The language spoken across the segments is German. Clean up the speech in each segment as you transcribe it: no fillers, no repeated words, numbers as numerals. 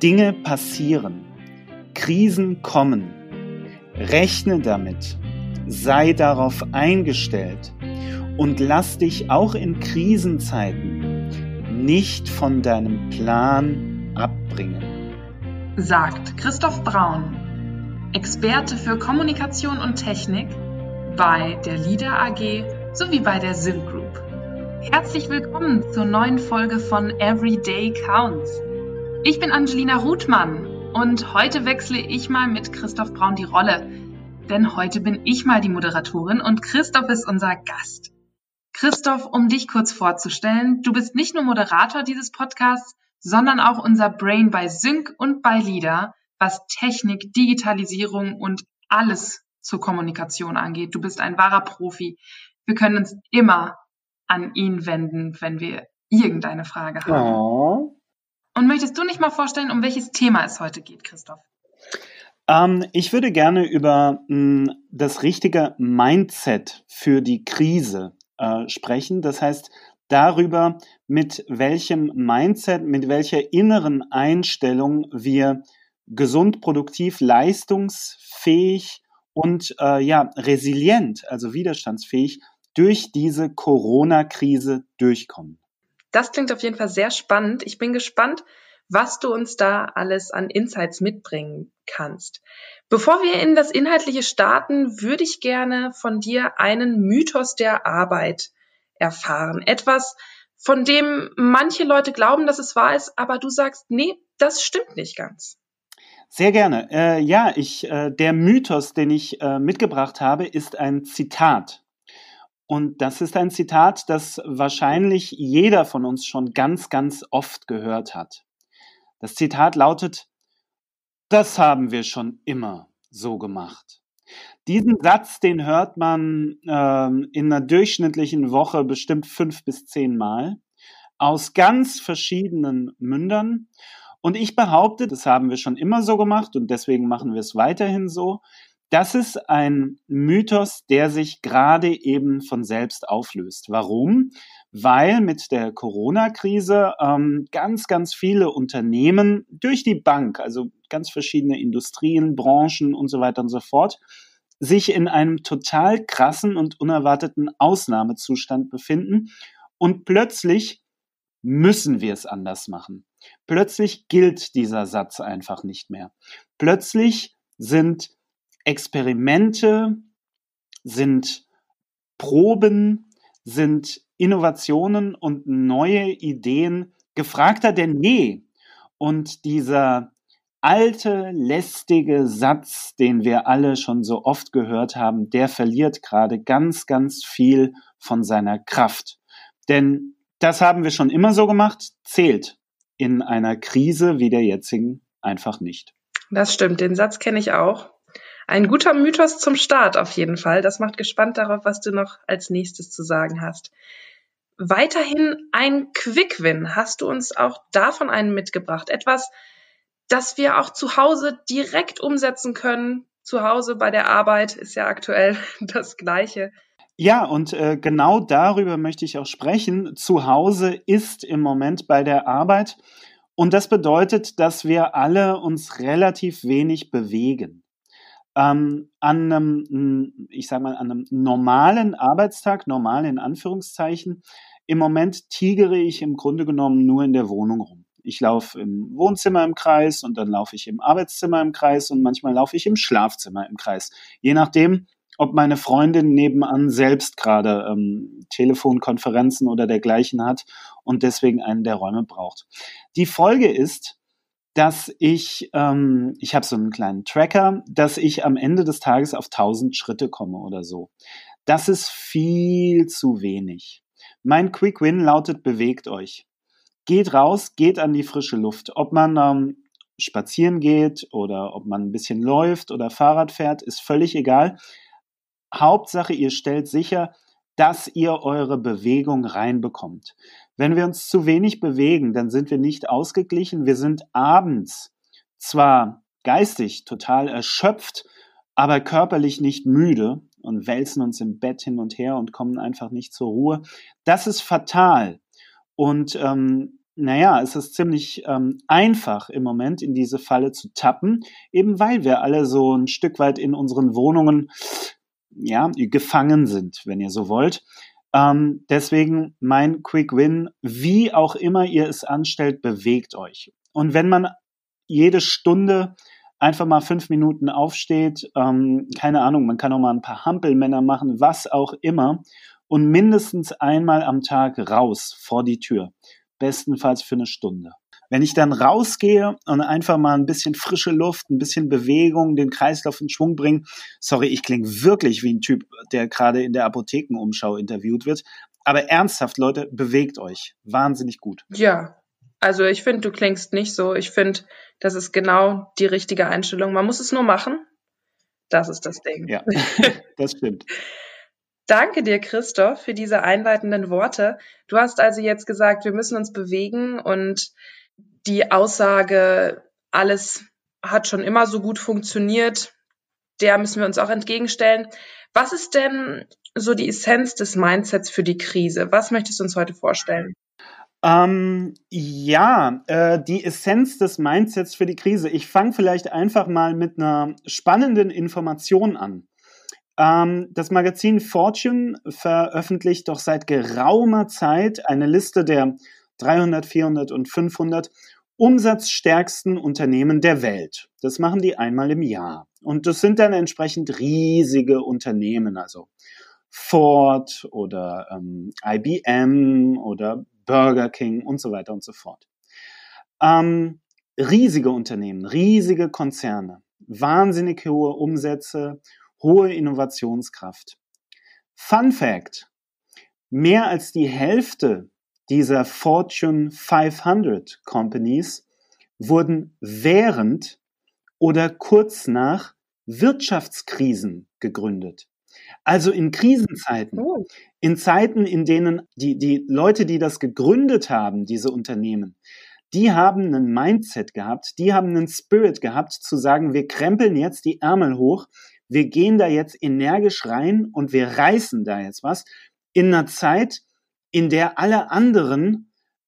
Dinge passieren, Krisen kommen. Rechne damit, sei darauf eingestellt und lass dich auch in Krisenzeiten nicht von deinem Plan abbringen. Sagt Christoph Braun, Experte für Kommunikation und Technik bei der LIDA AG sowie bei der Sync Group. Herzlich willkommen zur neuen Folge von Everyday Counts. Ich bin Angelina Ruthmann und heute wechsle ich mal mit Christoph Braun die Rolle, denn heute bin ich mal die Moderatorin und Christoph ist unser Gast. Christoph, um dich kurz vorzustellen, du bist nicht nur Moderator dieses Podcasts, sondern auch unser Brain bei Sync und bei LIDA, was Technik, Digitalisierung und alles zur Kommunikation angeht. Du bist ein wahrer Profi. Wir können uns immer an ihn wenden, wenn wir irgendeine Frage haben. Oh. Und möchtest du nicht mal vorstellen, um welches Thema es heute geht, Christoph? Ich würde gerne über das richtige Mindset für die Krise sprechen. Das heißt, darüber, mit welchem Mindset, mit welcher inneren Einstellung wir gesund, produktiv, leistungsfähig und resilient, also widerstandsfähig, durch diese Corona-Krise durchkommen. Das klingt auf jeden Fall sehr spannend. Ich bin gespannt, was du uns da alles an Insights mitbringen kannst. Bevor wir in das Inhaltliche starten, würde ich gerne von dir einen Mythos der Arbeit erfahren. Etwas, von dem manche Leute glauben, dass es wahr ist, aber du sagst, nee, das stimmt nicht ganz. Sehr gerne. Der Mythos, den ich mitgebracht habe, ist ein Zitat. Und das ist ein Zitat, das wahrscheinlich jeder von uns schon ganz, ganz oft gehört hat. Das Zitat lautet: Das haben wir schon immer so gemacht. Diesen Satz, den hört man in einer durchschnittlichen Woche bestimmt 5 bis 10 Mal aus ganz verschiedenen Mündern. Und ich behaupte, das haben wir schon immer so gemacht und deswegen machen wir es weiterhin so. Das ist ein Mythos, der sich gerade eben von selbst auflöst. Warum? Weil mit der Corona-Krise ganz, ganz viele Unternehmen durch die Bank, also ganz verschiedene Industrien, Branchen und so weiter und so fort, sich in einem total krassen und unerwarteten Ausnahmezustand befinden. Und plötzlich müssen wir es anders machen. Plötzlich gilt dieser Satz einfach nicht mehr. Plötzlich sind Experimente, sind Proben, sind Innovationen und neue Ideen gefragter denn je. Und dieser alte, lästige Satz, den wir alle schon so oft gehört haben, der verliert gerade ganz, ganz viel von seiner Kraft. Denn das haben wir schon immer so gemacht, zählt in einer Krise wie der jetzigen einfach nicht. Das stimmt, den Satz kenne ich auch. Ein guter Mythos zum Start auf jeden Fall. Das macht gespannt darauf, was du noch als nächstes zu sagen hast. Weiterhin ein Quick-Win. Hast du uns auch davon einen mitgebracht? Etwas, das wir auch zu Hause direkt umsetzen können. Zu Hause bei der Arbeit ist ja aktuell das Gleiche. Ja, und genau darüber möchte ich auch sprechen. Zu Hause ist im Moment bei der Arbeit. Und das bedeutet, dass wir alle uns relativ wenig bewegen. An einem normalen Arbeitstag, normal in Anführungszeichen, im Moment tigere ich im Grunde genommen nur in der Wohnung rum. Ich laufe im Wohnzimmer im Kreis und dann laufe ich im Arbeitszimmer im Kreis und manchmal laufe ich im Schlafzimmer im Kreis. Je nachdem, ob meine Freundin nebenan selbst gerade Telefonkonferenzen oder dergleichen hat und deswegen einen der Räume braucht. Die Folge ist, dass ich habe so einen kleinen Tracker, dass ich am Ende des Tages auf 1000 Schritte komme oder so. Das ist viel zu wenig. Mein Quick Win lautet: Bewegt euch. Geht raus, geht an die frische Luft. Ob man spazieren geht oder ob man ein bisschen läuft oder Fahrrad fährt, ist völlig egal. Hauptsache, ihr stellt sicher, dass ihr eure Bewegung reinbekommt. Wenn wir uns zu wenig bewegen, dann sind wir nicht ausgeglichen. Wir sind abends zwar geistig total erschöpft, aber körperlich nicht müde und wälzen uns im Bett hin und her und kommen einfach nicht zur Ruhe. Das ist fatal. Und naja, es ist ziemlich einfach im Moment in diese Falle zu tappen, eben weil wir alle so ein Stück weit in unseren Wohnungen ja, gefangen sind, wenn ihr so wollt. Deswegen mein Quick Win, wie auch immer ihr es anstellt, bewegt euch. Und wenn man jede Stunde einfach mal 5 Minuten aufsteht, keine Ahnung, man kann auch mal ein paar Hampelmänner machen, was auch immer, und mindestens einmal am Tag raus vor die Tür, bestenfalls für eine Stunde. Wenn ich dann rausgehe und einfach mal ein bisschen frische Luft, ein bisschen Bewegung, den Kreislauf in Schwung bringe, sorry, ich klinge wirklich wie ein Typ, der gerade in der Apothekenumschau interviewt wird, aber ernsthaft, Leute, bewegt euch. Wahnsinnig gut. Ja, also ich finde, du klingst nicht so. Ich finde, das ist genau die richtige Einstellung. Man muss es nur machen. Das ist das Ding. Ja, das stimmt. Danke dir, Christoph, für diese einleitenden Worte. Du hast also jetzt gesagt, wir müssen uns bewegen und die Aussage, alles hat schon immer so gut funktioniert, der müssen wir uns auch entgegenstellen. Was ist denn so die Essenz des Mindsets für die Krise? Was möchtest du uns heute vorstellen? Die Essenz des Mindsets für die Krise. Ich fange vielleicht einfach mal mit einer spannenden Information an. Das Magazin Fortune veröffentlicht doch seit geraumer Zeit eine Liste der 300, 400 und 500 umsatzstärksten Unternehmen der Welt. Das machen die einmal im Jahr. Und das sind dann entsprechend riesige Unternehmen, also Ford oder IBM oder Burger King und so weiter und so fort. Riesige Unternehmen, riesige Konzerne, wahnsinnig hohe Umsätze, hohe Innovationskraft. Fun Fact: Mehr als die Hälfte dieser Fortune 500 Companies wurden während oder kurz nach Wirtschaftskrisen gegründet. Also in Krisenzeiten, in Zeiten, in denen die Leute, die das gegründet haben, diese Unternehmen, die haben einen Mindset gehabt, die haben einen Spirit gehabt, zu sagen, wir krempeln jetzt die Ärmel hoch, wir gehen da jetzt energisch rein und wir reißen da jetzt was, in einer Zeit, in der alle anderen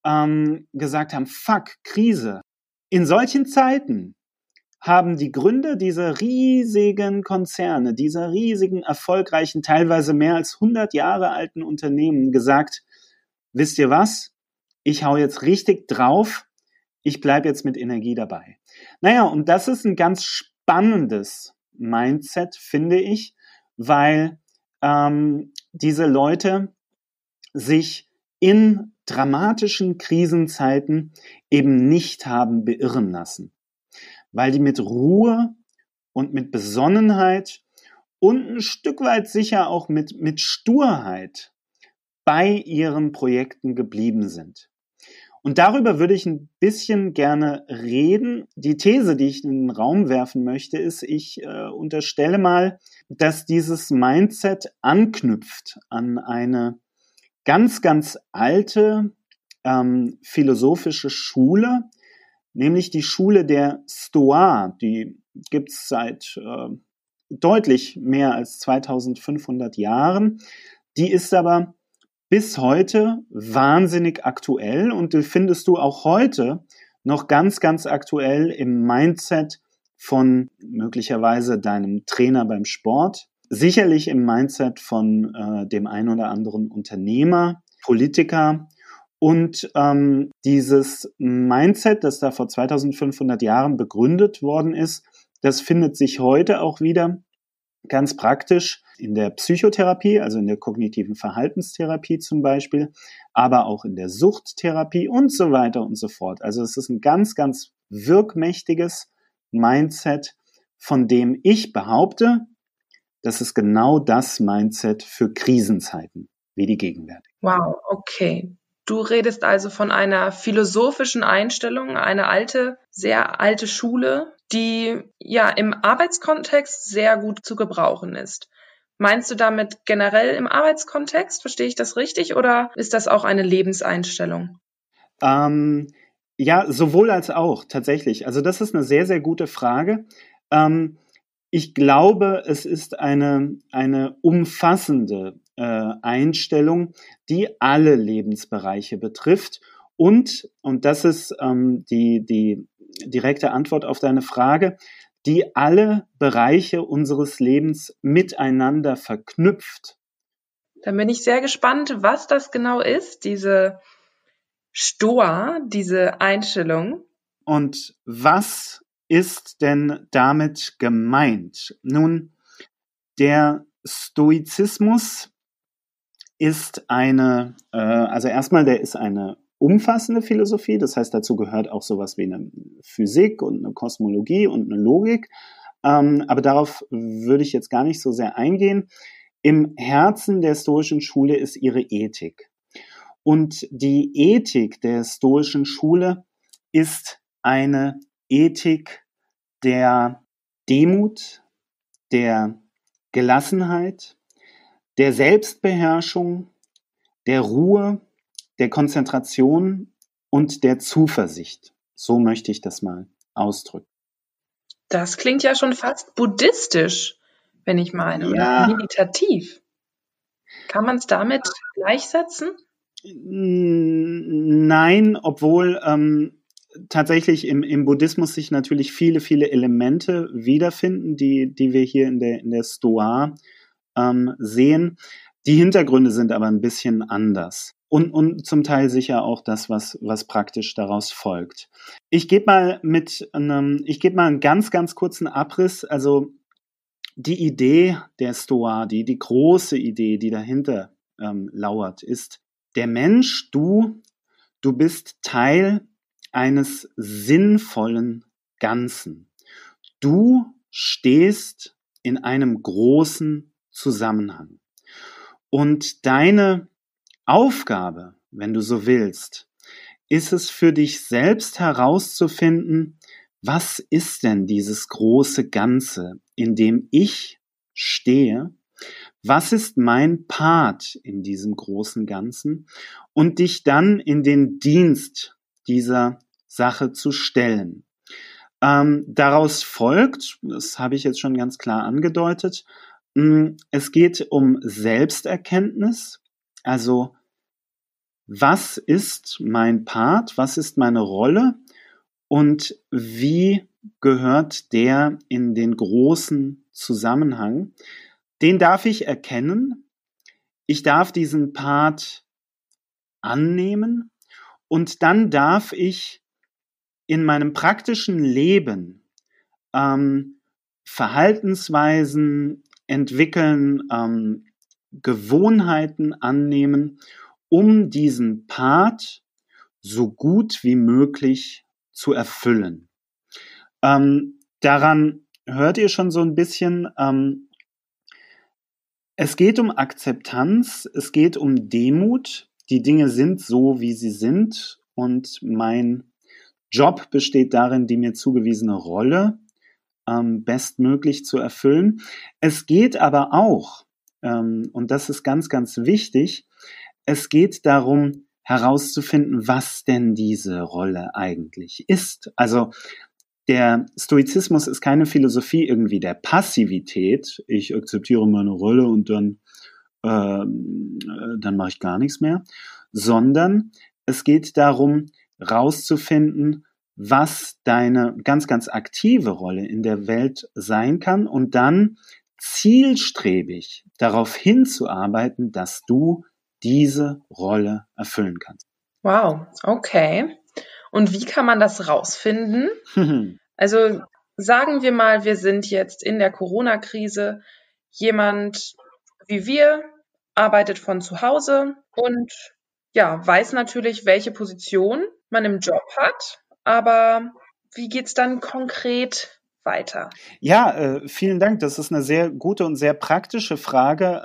gesagt haben, fuck, Krise. In solchen Zeiten haben die Gründer dieser riesigen Konzerne, dieser riesigen, erfolgreichen, teilweise mehr als 100 Jahre alten Unternehmen gesagt, wisst ihr was? Ich hau jetzt richtig drauf, ich bleibe jetzt mit Energie dabei. Naja, und das ist ein ganz spannendes Mindset, finde ich, weil diese Leute sich in dramatischen Krisenzeiten eben nicht haben beirren lassen, weil die mit Ruhe und mit Besonnenheit und ein Stück weit sicher auch mit Sturheit bei ihren Projekten geblieben sind. Und darüber würde ich ein bisschen gerne reden. Die These, die ich in den Raum werfen möchte, ist, ich unterstelle mal, dass dieses Mindset anknüpft an eine ganz, ganz alte philosophische Schule, nämlich die Schule der Stoa. Die gibt's seit deutlich mehr als 2500 Jahren. Die ist aber bis heute wahnsinnig aktuell und die findest du auch heute noch ganz, ganz aktuell im Mindset von möglicherweise deinem Trainer beim Sport, sicherlich im Mindset von dem ein oder anderen Unternehmer, Politiker. Und dieses Mindset, das da vor 2500 Jahren begründet worden ist, das findet sich heute auch wieder ganz praktisch in der Psychotherapie, also in der kognitiven Verhaltenstherapie zum Beispiel, aber auch in der Suchttherapie und so weiter und so fort. Also es ist ein ganz, ganz wirkmächtiges Mindset, von dem ich behaupte, das ist genau das Mindset für Krisenzeiten wie die gegenwärtigen. Wow, okay. Du redest also von einer philosophischen Einstellung, eine alte, sehr alte Schule, die ja im Arbeitskontext sehr gut zu gebrauchen ist. Meinst du damit generell im Arbeitskontext? Verstehe ich das richtig oder ist das auch eine Lebenseinstellung? Ja, sowohl als auch, tatsächlich. Also das ist eine sehr, sehr gute Frage. Ich glaube, es ist eine umfassende Einstellung, die alle Lebensbereiche betrifft Und das ist die direkte Antwort auf deine Frage, die alle Bereiche unseres Lebens miteinander verknüpft. Dann bin ich sehr gespannt, was das genau ist, diese Stoa, diese Einstellung. Und was ist denn damit gemeint? Nun, der Stoizismus ist also erstmal, der ist eine umfassende Philosophie, das heißt, dazu gehört auch sowas wie eine Physik und eine Kosmologie und eine Logik, aber darauf würde ich jetzt gar nicht so sehr eingehen. Im Herzen der stoischen Schule ist ihre Ethik. Und die Ethik der stoischen Schule ist eine Ethik der Demut, der Gelassenheit, der Selbstbeherrschung, der Ruhe, der Konzentration und der Zuversicht. So möchte ich das mal ausdrücken. Das klingt ja schon fast buddhistisch, wenn ich meine, oder meditativ. Kann man es damit gleichsetzen? Nein, obwohl tatsächlich im Buddhismus sich natürlich viele, viele Elemente wiederfinden, die wir hier in der Stoa sehen. Die Hintergründe sind aber ein bisschen anders. Und zum Teil sicher auch das, was praktisch daraus folgt. Ich gebe mal einen ganz, ganz kurzen Abriss. Also die Idee der Stoa, die große Idee, die dahinter lauert, ist, der Mensch, du bist Teil eines sinnvollen Ganzen. Du stehst in einem großen Zusammenhang. Und deine Aufgabe, wenn du so willst, ist es für dich selbst herauszufinden, was ist denn dieses große Ganze, in dem ich stehe? Was ist mein Part in diesem großen Ganzen? Und dich dann in den Dienst dieser Sache zu stellen. Daraus folgt, das habe ich jetzt schon ganz klar angedeutet, es geht um Selbsterkenntnis, also was ist mein Part, was ist meine Rolle und wie gehört der in den großen Zusammenhang? Den darf ich erkennen, ich darf diesen Part annehmen und dann darf ich in meinem praktischen Leben Verhaltensweisen entwickeln, Gewohnheiten annehmen, um diesen Part so gut wie möglich zu erfüllen. Daran hört ihr schon so ein bisschen, es geht um Akzeptanz, es geht um Demut. Die Dinge sind so, wie sie sind und mein Job besteht darin, die mir zugewiesene Rolle bestmöglich zu erfüllen. Es geht aber auch, und das ist ganz, ganz wichtig, es geht darum herauszufinden, was denn diese Rolle eigentlich ist. Also der Stoizismus ist keine Philosophie irgendwie der Passivität. Ich akzeptiere meine Rolle und dann mache ich gar nichts mehr, sondern es geht darum, rauszufinden, was deine ganz, ganz aktive Rolle in der Welt sein kann und dann zielstrebig darauf hinzuarbeiten, dass du diese Rolle erfüllen kannst. Wow, okay. Und wie kann man das rausfinden? Also sagen wir mal, wir sind jetzt in der Corona-Krise. Jemand wie wir arbeitet von zu Hause und ja, weiß natürlich, welche Position man im Job hat. Aber wie geht's dann konkret weiter? Ja, vielen Dank. Das ist eine sehr gute und sehr praktische Frage.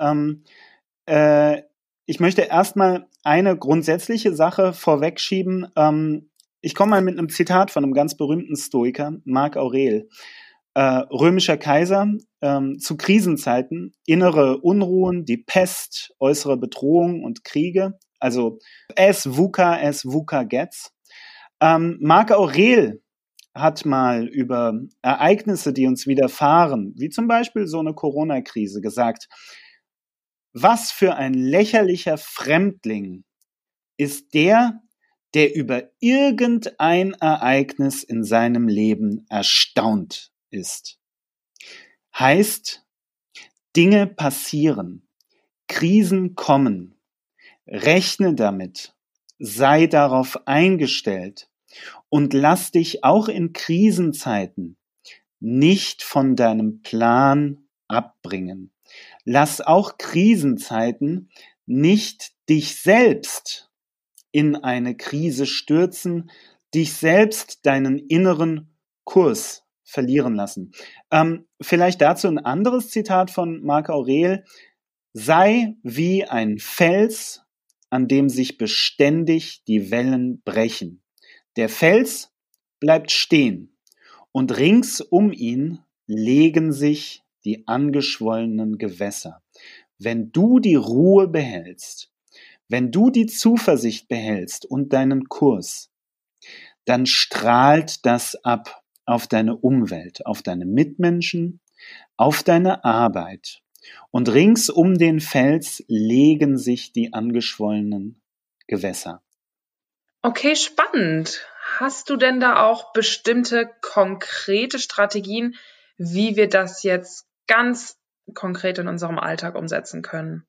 Ich möchte erstmal eine grundsätzliche Sache vorwegschieben. Ich komme mal mit einem Zitat von einem ganz berühmten Stoiker, Marc Aurel. Römischer Kaiser, zu Krisenzeiten, innere Unruhen, die Pest, äußere Bedrohung und Kriege. Also as VUCA gets. Marc Aurel hat mal über Ereignisse, die uns widerfahren, wie zum Beispiel so eine Corona-Krise, gesagt, was für ein lächerlicher Fremdling ist der, der über irgendein Ereignis in seinem Leben erstaunt ist. Heißt, Dinge passieren, Krisen kommen, rechne damit, sei darauf eingestellt und lass dich auch in Krisenzeiten nicht von deinem Plan abbringen. Lass auch Krisenzeiten nicht dich selbst in eine Krise stürzen, dich selbst deinen inneren Kurs verlieren lassen. Vielleicht dazu ein anderes Zitat von Marc Aurel. Sei wie ein Fels, an dem sich beständig die Wellen brechen. Der Fels bleibt stehen und rings um ihn legen sich die angeschwollenen Gewässer. Wenn du die Ruhe behältst, wenn du die Zuversicht behältst und deinen Kurs, dann strahlt das ab auf deine Umwelt, auf deine Mitmenschen, auf deine Arbeit. Und rings um den Fels legen sich die angeschwollenen Gewässer. Okay, spannend. Hast du denn da auch bestimmte konkrete Strategien, wie wir das jetzt ganz konkret in unserem Alltag umsetzen können?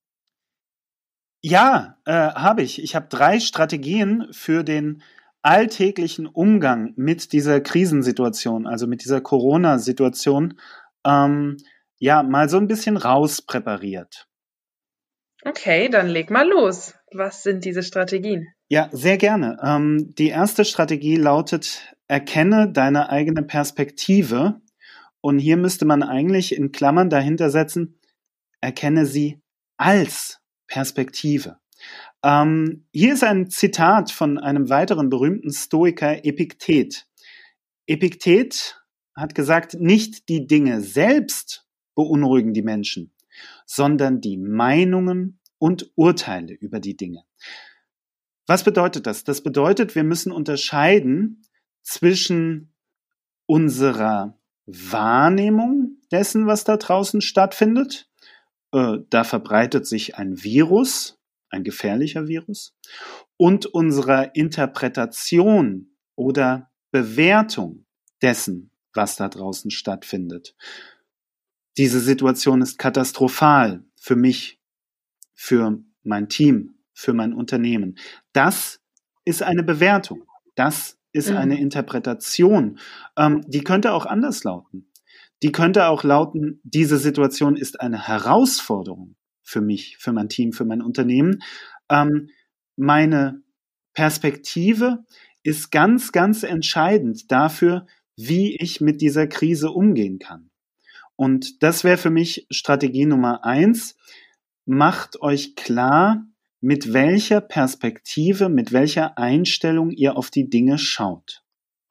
Ja, habe ich. Ich habe 3 Strategien für den alltäglichen Umgang mit dieser Krisensituation, also mit dieser Corona-Situation, mal so ein bisschen rauspräpariert. Okay, dann leg mal los. Was sind diese Strategien? Ja, sehr gerne. Die erste Strategie lautet: Erkenne deine eigene Perspektive. Und hier müsste man eigentlich in Klammern dahinter setzen: Erkenne sie als Perspektive. Hier ist ein Zitat von einem weiteren berühmten Stoiker, Epiktet. Epiktet hat gesagt, nicht die Dinge selbst beunruhigen die Menschen, sondern die Meinungen und Urteile über die Dinge. Was bedeutet das? Das bedeutet, wir müssen unterscheiden zwischen unserer Wahrnehmung dessen, was da draußen stattfindet. Da verbreitet sich ein Virus, ein gefährlicher Virus, und unserer Interpretation oder Bewertung dessen, was da draußen stattfindet. Diese Situation ist katastrophal für mich, für mein Team, für mein Unternehmen. Das ist eine Bewertung. Das ist eine Interpretation. Die könnte auch anders lauten. Die könnte auch lauten, diese Situation ist eine Herausforderung für mich, für mein Team, für mein Unternehmen. Meine Perspektive ist ganz, ganz entscheidend dafür, wie ich mit dieser Krise umgehen kann. Und das wäre für mich Strategie Nummer 1. Macht euch klar, mit welcher Perspektive, mit welcher Einstellung ihr auf die Dinge schaut.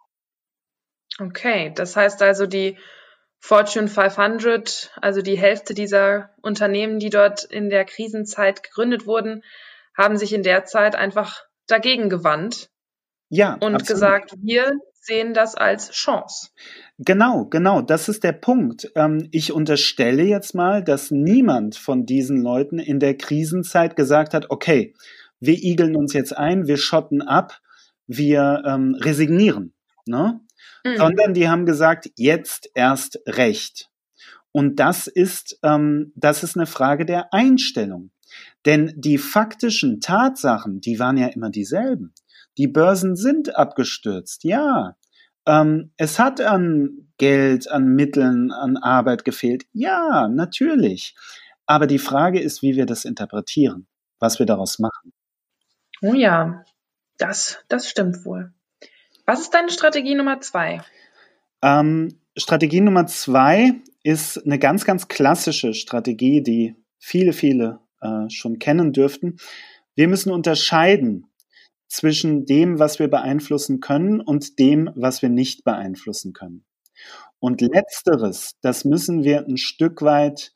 Okay, das heißt also, die Fortune 500, also die Hälfte dieser Unternehmen, die dort in der Krisenzeit gegründet wurden, haben sich in der Zeit einfach dagegen gewandt und absolut gesagt, wir sehen das als Chance. Genau, das ist der Punkt. Ich unterstelle jetzt mal, dass niemand von diesen Leuten in der Krisenzeit gesagt hat, okay, wir igeln uns jetzt ein, wir schotten ab, wir resignieren, ne? Sondern die haben gesagt, jetzt erst recht. Und das ist eine Frage der Einstellung. Denn die faktischen Tatsachen, die waren ja immer dieselben. Die Börsen sind abgestürzt, ja. Es hat an Geld, an Mitteln, an Arbeit gefehlt. Ja, natürlich. Aber die Frage ist, wie wir das interpretieren, was wir daraus machen. Oh ja, das stimmt wohl. Was ist deine Strategie Nummer 2? Strategie Nummer 2 ist eine ganz, ganz klassische Strategie, die viele schon kennen dürften. Wir müssen unterscheiden zwischen dem, was wir beeinflussen können und dem, was wir nicht beeinflussen können. Und letzteres, das müssen wir ein Stück weit,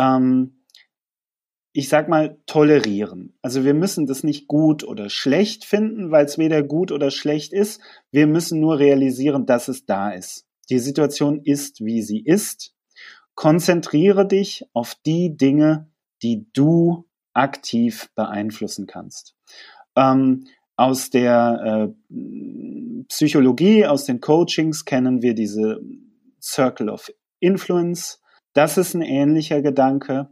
ich sag mal, tolerieren. Also wir müssen das nicht gut oder schlecht finden, weil es weder gut oder schlecht ist. Wir müssen nur realisieren, dass es da ist. Die Situation ist, wie sie ist. Konzentriere dich auf die Dinge, die du aktiv beeinflussen kannst. Aus der Psychologie, aus den Coachings kennen wir diese Circle of Influence. Das ist ein ähnlicher Gedanke.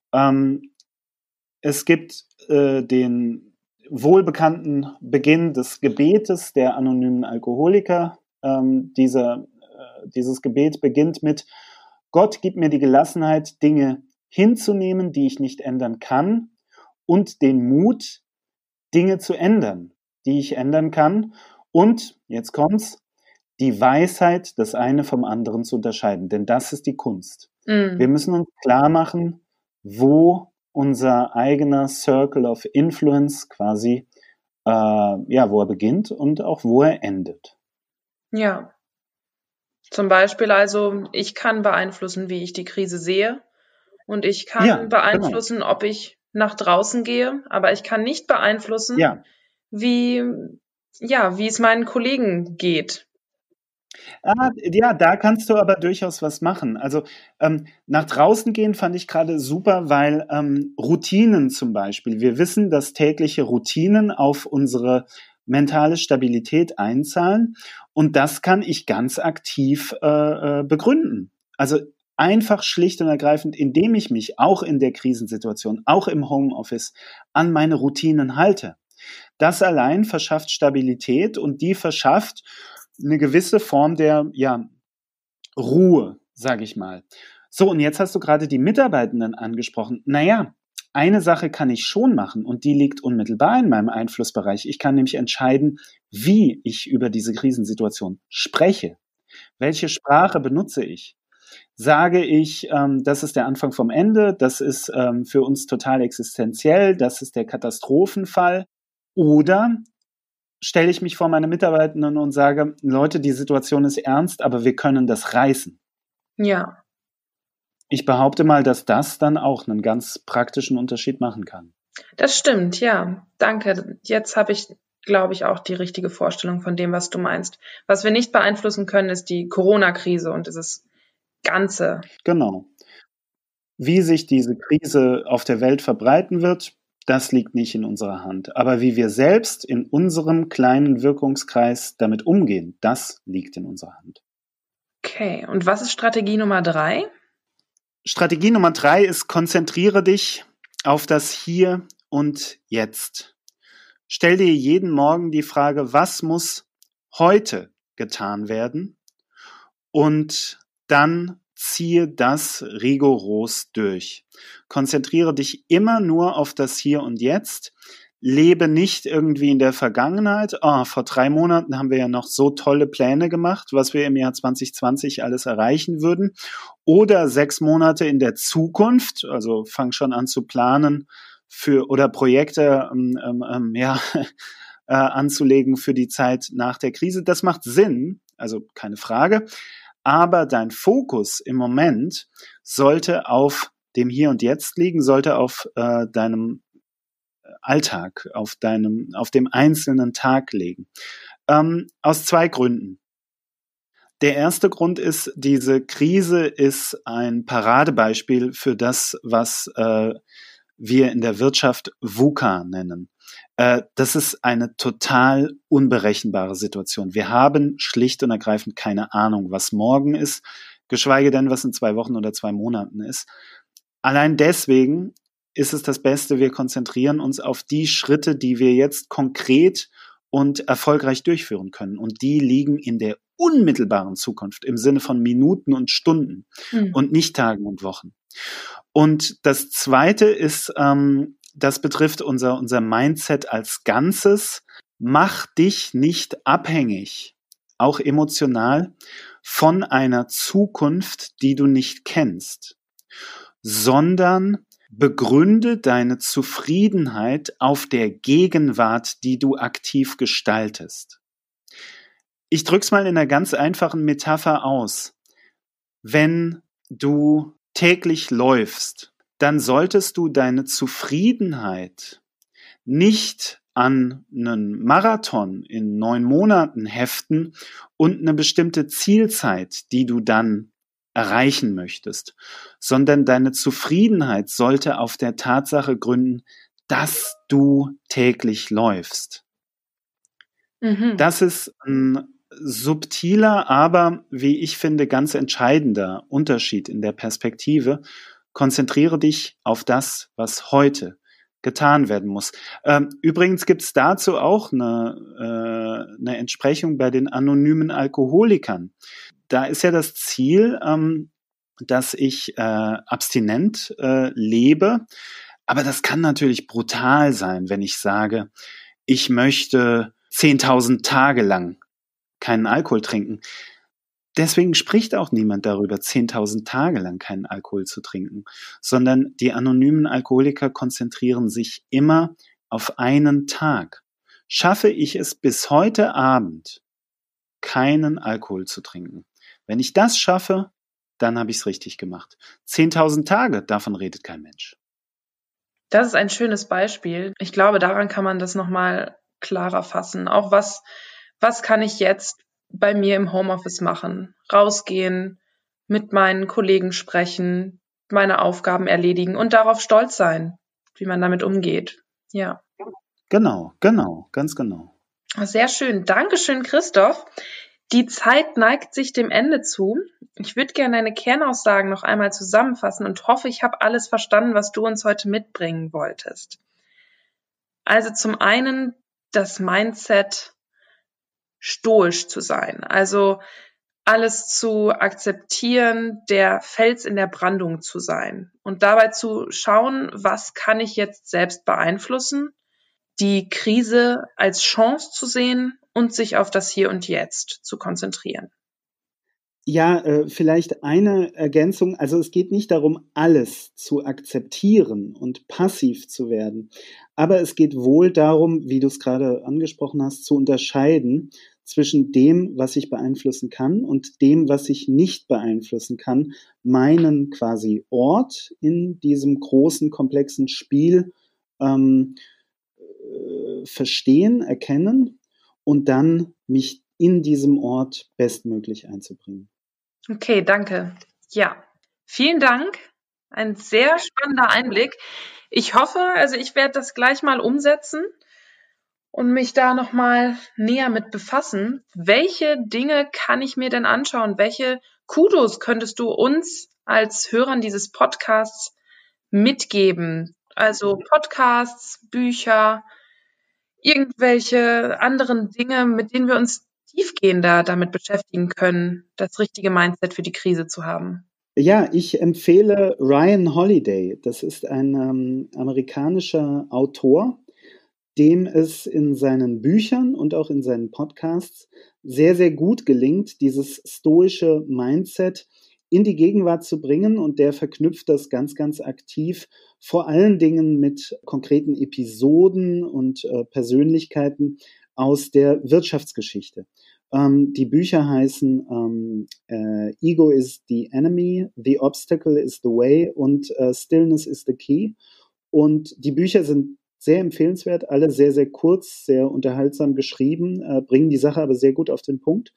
Es gibt den wohlbekannten Beginn des Gebetes der anonymen Alkoholiker. Dieses Gebet beginnt mit: Gott, gib mir die Gelassenheit, Dinge hinzunehmen, die ich nicht ändern kann, und den Mut, Dinge zu ändern, die ich ändern kann. Und, jetzt kommt's, die Weisheit, das eine vom anderen zu unterscheiden. Denn das ist die Kunst. Wir müssen uns klar machen, wo unser eigener Circle of Influence quasi, wo er beginnt und auch wo er endet. Ja. Zum Beispiel also, ich kann beeinflussen, wie ich die Krise sehe, und ich kann beeinflussen, ob ich nach draußen gehe, aber ich kann nicht beeinflussen, wie es meinen Kollegen geht. Da kannst du aber durchaus was machen. Also nach draußen gehen fand ich gerade super, weil Routinen zum Beispiel, wir wissen, dass tägliche Routinen auf unsere mentale Stabilität einzahlen, und das kann ich ganz aktiv begründen. Also einfach schlicht und ergreifend, indem ich mich auch in der Krisensituation, auch im Homeoffice, an meine Routinen halte. Das allein verschafft Stabilität, und die verschafft eine gewisse Form der Ruhe, sage ich mal. So, und jetzt hast du gerade die Mitarbeitenden angesprochen. Naja, eine Sache kann ich schon machen, und die liegt unmittelbar in meinem Einflussbereich. Ich kann nämlich entscheiden, wie ich über diese Krisensituation spreche. Welche Sprache benutze ich? Sage ich, das ist der Anfang vom Ende, das ist für uns total existenziell, das ist der Katastrophenfall? Oder stelle ich mich vor meine Mitarbeitenden und sage: Leute, die Situation ist ernst, aber wir können das reißen. Ja. Ich behaupte mal, dass das dann auch einen ganz praktischen Unterschied machen kann. Das stimmt, ja. Danke. Jetzt habe ich, glaube ich, auch die richtige Vorstellung von dem, was du meinst. Was wir nicht beeinflussen können, ist die Corona-Krise und dieses Ganze. Genau. Wie sich diese Krise auf der Welt verbreiten wird, das liegt nicht in unserer Hand. Aber wie wir selbst in unserem kleinen Wirkungskreis damit umgehen, das liegt in unserer Hand. Okay, und was ist Strategie Nummer 3? Strategie Nummer 3 ist: konzentriere dich auf das Hier und Jetzt. Stell dir jeden Morgen die Frage, was muss heute getan werden? Und dann ziehe das rigoros durch. Konzentriere dich immer nur auf das Hier und Jetzt. Lebe nicht irgendwie in der Vergangenheit. Vor 3 Monaten haben wir ja noch so tolle Pläne gemacht, was wir im Jahr 2020 alles erreichen würden. Oder 6 Monate in der Zukunft. Also fang schon an zu planen oder Projekte anzulegen für die Zeit nach der Krise. Das macht Sinn, also keine Frage. Aber dein Fokus im Moment sollte auf dem Hier und Jetzt liegen, sollte auf deinem Alltag, auf dem einzelnen Tag liegen. Aus 2 Gründen. Der erste Grund ist, diese Krise ist ein Paradebeispiel für das, was wir in der Wirtschaft VUCA nennen. Das ist eine total unberechenbare Situation. Wir haben schlicht und ergreifend keine Ahnung, was morgen ist, geschweige denn, was in 2 Wochen oder 2 Monaten ist. Allein deswegen ist es das Beste, wir konzentrieren uns auf die Schritte, die wir jetzt konkret und erfolgreich durchführen können. Und die liegen in der unmittelbaren Zukunft, im Sinne von Minuten und Stunden und nicht Tagen und Wochen. Und das Zweite ist, das betrifft unser Mindset als Ganzes. Mach dich nicht abhängig, auch emotional, von einer Zukunft, die du nicht kennst, sondern begründe deine Zufriedenheit auf der Gegenwart, die du aktiv gestaltest. Ich drück's mal in einer ganz einfachen Metapher aus. Wenn du täglich läufst, dann solltest du deine Zufriedenheit nicht an einen Marathon in 9 Monaten heften und eine bestimmte Zielzeit, die du dann erreichen möchtest, sondern deine Zufriedenheit sollte auf der Tatsache gründen, dass du täglich läufst. Das ist ein subtiler, aber wie ich finde, ganz entscheidender Unterschied in der Perspektive. Konzentriere dich auf das, was heute getan werden muss. Übrigens gibt es dazu auch eine Entsprechung bei den anonymen Alkoholikern. Da ist ja das Ziel, dass ich abstinent lebe, aber das kann natürlich brutal sein, wenn ich sage, ich möchte 10.000 Tage lang keinen Alkohol trinken. Deswegen spricht auch niemand darüber, 10.000 Tage lang keinen Alkohol zu trinken, sondern die anonymen Alkoholiker konzentrieren sich immer auf einen Tag. Schaffe ich es bis heute Abend, keinen Alkohol zu trinken? Wenn ich das schaffe, dann habe ich es richtig gemacht. 10.000 Tage, davon redet kein Mensch. Das ist ein schönes Beispiel. Ich glaube, daran kann man das nochmal klarer fassen. Auch was kann ich jetzt bei mir im Homeoffice machen? Rausgehen, mit meinen Kollegen sprechen, meine Aufgaben erledigen und darauf stolz sein, wie man damit umgeht. Ja. Genau, ganz genau. Sehr schön. Dankeschön, Christoph. Die Zeit neigt sich dem Ende zu. Ich würde gerne deine Kernaussagen noch einmal zusammenfassen und hoffe, ich habe alles verstanden, was du uns heute mitbringen wolltest. Also zum einen das Mindset, stoisch zu sein, also alles zu akzeptieren, der Fels in der Brandung zu sein und dabei zu schauen, was kann ich jetzt selbst beeinflussen, die Krise als Chance zu sehen und sich auf das Hier und Jetzt zu konzentrieren. Ja, vielleicht eine Ergänzung. Also es geht nicht darum, alles zu akzeptieren und passiv zu werden. Aber es geht wohl darum, wie du es gerade angesprochen hast, zu unterscheiden zwischen dem, was ich beeinflussen kann und dem, was ich nicht beeinflussen kann, meinen quasi Ort in diesem großen, komplexen Spiel verstehen, erkennen und dann mich in diesem Ort bestmöglich einzubringen. Okay, danke. Ja, vielen Dank. Ein sehr spannender Einblick. Ich hoffe, also ich werde das gleich mal umsetzen und mich da nochmal näher mit befassen. Welche Dinge kann ich mir denn anschauen? Welche Kudos könntest du uns als Hörern dieses Podcasts mitgeben? Also Podcasts, Bücher, irgendwelche anderen Dinge, mit denen wir uns tiefgehender damit beschäftigen können, das richtige Mindset für die Krise zu haben. Ja, ich empfehle Ryan Holiday. Das ist ein amerikanischer Autor, dem es in seinen Büchern und auch in seinen Podcasts sehr, sehr gut gelingt, dieses stoische Mindset in die Gegenwart zu bringen, und der verknüpft das ganz, ganz aktiv, vor allen Dingen mit konkreten Episoden und Persönlichkeiten aus der Wirtschaftsgeschichte. Die Bücher heißen Ego is the Enemy, The Obstacle is the Way und Stillness is the Key. Und die Bücher sind sehr empfehlenswert, alle sehr, sehr kurz, sehr unterhaltsam geschrieben, bringen die Sache aber sehr gut auf den Punkt.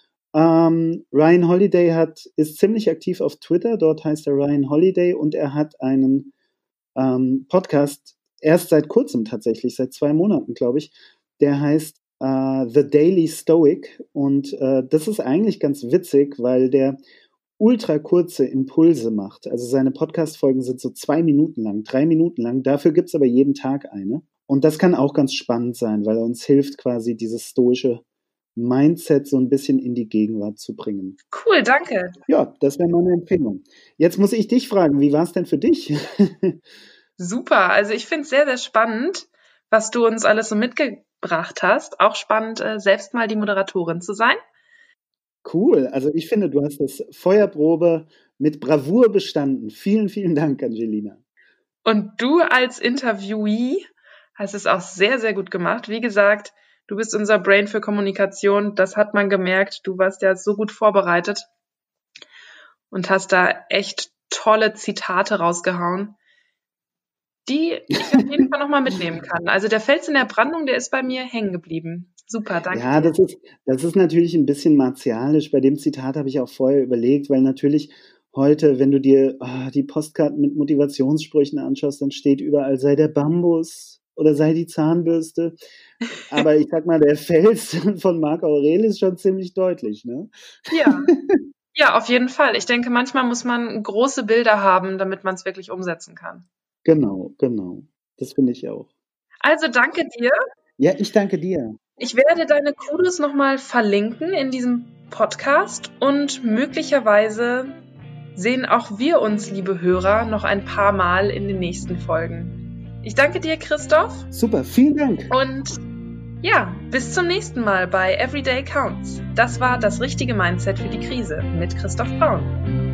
Ryan Holiday ist ziemlich aktiv auf Twitter, dort heißt er Ryan Holiday, und er hat einen Podcast, erst seit kurzem tatsächlich, seit 2 Monaten, glaube ich, der heißt The Daily Stoic, und das ist eigentlich ganz witzig, weil der ultra kurze Impulse macht. Also seine Podcast-Folgen sind so 2 Minuten lang, 3 Minuten lang, dafür gibt es aber jeden Tag eine. Und das kann auch ganz spannend sein, weil er uns hilft, quasi dieses stoische Mindset so ein bisschen in die Gegenwart zu bringen. Cool, danke. Ja, das wäre meine Empfehlung. Jetzt muss ich dich fragen, wie war es denn für dich? Super, also ich finde es sehr, sehr spannend, was du uns alles so mitgebracht hast. Auch spannend, selbst mal die Moderatorin zu sein. Cool, also ich finde, du hast das Feuerprobe mit Bravour bestanden. Vielen, vielen Dank, Angelina. Und du als Interviewee hast es auch sehr, sehr gut gemacht. Wie gesagt, du bist unser Brain für Kommunikation. Das hat man gemerkt. Du warst ja so gut vorbereitet und hast da echt tolle Zitate rausgehauen, die ich auf jeden Fall nochmal mitnehmen kann. Also der Fels in der Brandung, der ist bei mir hängen geblieben. Super, danke. Ja, das ist natürlich ein bisschen martialisch. Bei dem Zitat habe ich auch vorher überlegt, weil natürlich heute, wenn du dir die Postkarten mit Motivationssprüchen anschaust, dann steht überall, sei der Bambus, oder sei die Zahnbürste. Aber ich sag mal, der Fels von Marc Aurel ist schon ziemlich deutlich, ne? Ja. Ja, auf jeden Fall. Ich denke, manchmal muss man große Bilder haben, damit man es wirklich umsetzen kann. Genau. Das finde ich auch. Also danke dir. Ja, ich danke dir. Ich werde deine Kudos nochmal verlinken in diesem Podcast und möglicherweise sehen auch wir uns, liebe Hörer, noch ein paar Mal in den nächsten Folgen. Ich danke dir, Christoph. Super, vielen Dank. Und ja, bis zum nächsten Mal bei Everyday Counts. Das war das richtige Mindset für die Krise mit Christoph Braun.